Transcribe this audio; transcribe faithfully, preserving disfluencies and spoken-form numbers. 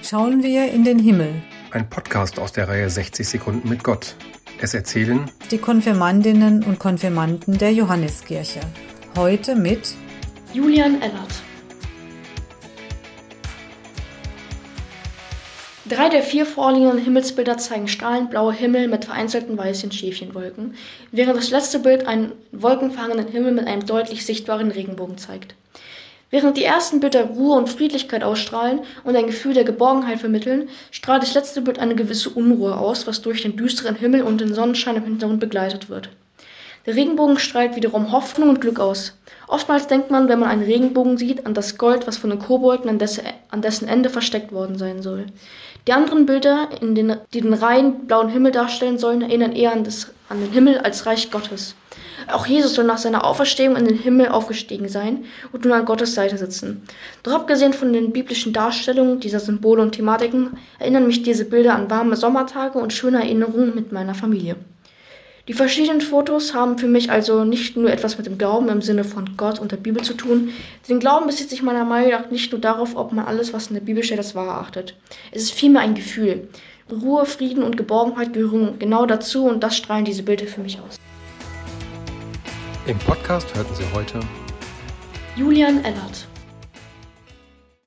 Schauen wir in den Himmel. Ein Podcast aus der Reihe sechzig Sekunden mit Gott. Es erzählen die Konfirmandinnen und Konfirmanden der Johanneskirche. Heute mit Julian Ellert. Drei der vier vorliegenden Himmelsbilder zeigen strahlend blaue Himmel mit vereinzelten weißen Schäfchenwolken, während das letzte Bild einen wolkenverhangenen Himmel mit einem deutlich sichtbaren Regenbogen zeigt. Während die ersten Bilder Ruhe und Friedlichkeit ausstrahlen und ein Gefühl der Geborgenheit vermitteln, strahlt das letzte Bild eine gewisse Unruhe aus, was durch den düsteren Himmel und den Sonnenschein im Hintergrund begleitet wird. Der Regenbogen strahlt wiederum Hoffnung und Glück aus. Oftmals denkt man, wenn man einen Regenbogen sieht, an das Gold, was von den Kobolden an dessen, an dessen Ende versteckt worden sein soll. Die anderen Bilder, in den, die den reinen blauen Himmel darstellen sollen, erinnern eher an, das, an den Himmel als Reich Gottes. Auch Jesus soll nach seiner Auferstehung in den Himmel aufgestiegen sein und nun an Gottes Seite sitzen. Doch abgesehen von den biblischen Darstellungen dieser Symbole und Thematiken erinnern mich diese Bilder an warme Sommertage und schöne Erinnerungen mit meiner Familie. Die verschiedenen Fotos haben für mich also nicht nur etwas mit dem Glauben im Sinne von Gott und der Bibel zu tun. Denn Glauben bezieht sich meiner Meinung nach nicht nur darauf, ob man alles, was in der Bibel steht, als wahr erachtet. Es ist vielmehr ein Gefühl. Ruhe, Frieden und Geborgenheit gehören genau dazu und das strahlen diese Bilder für mich aus. Im Podcast hörten Sie heute Julian Ellert.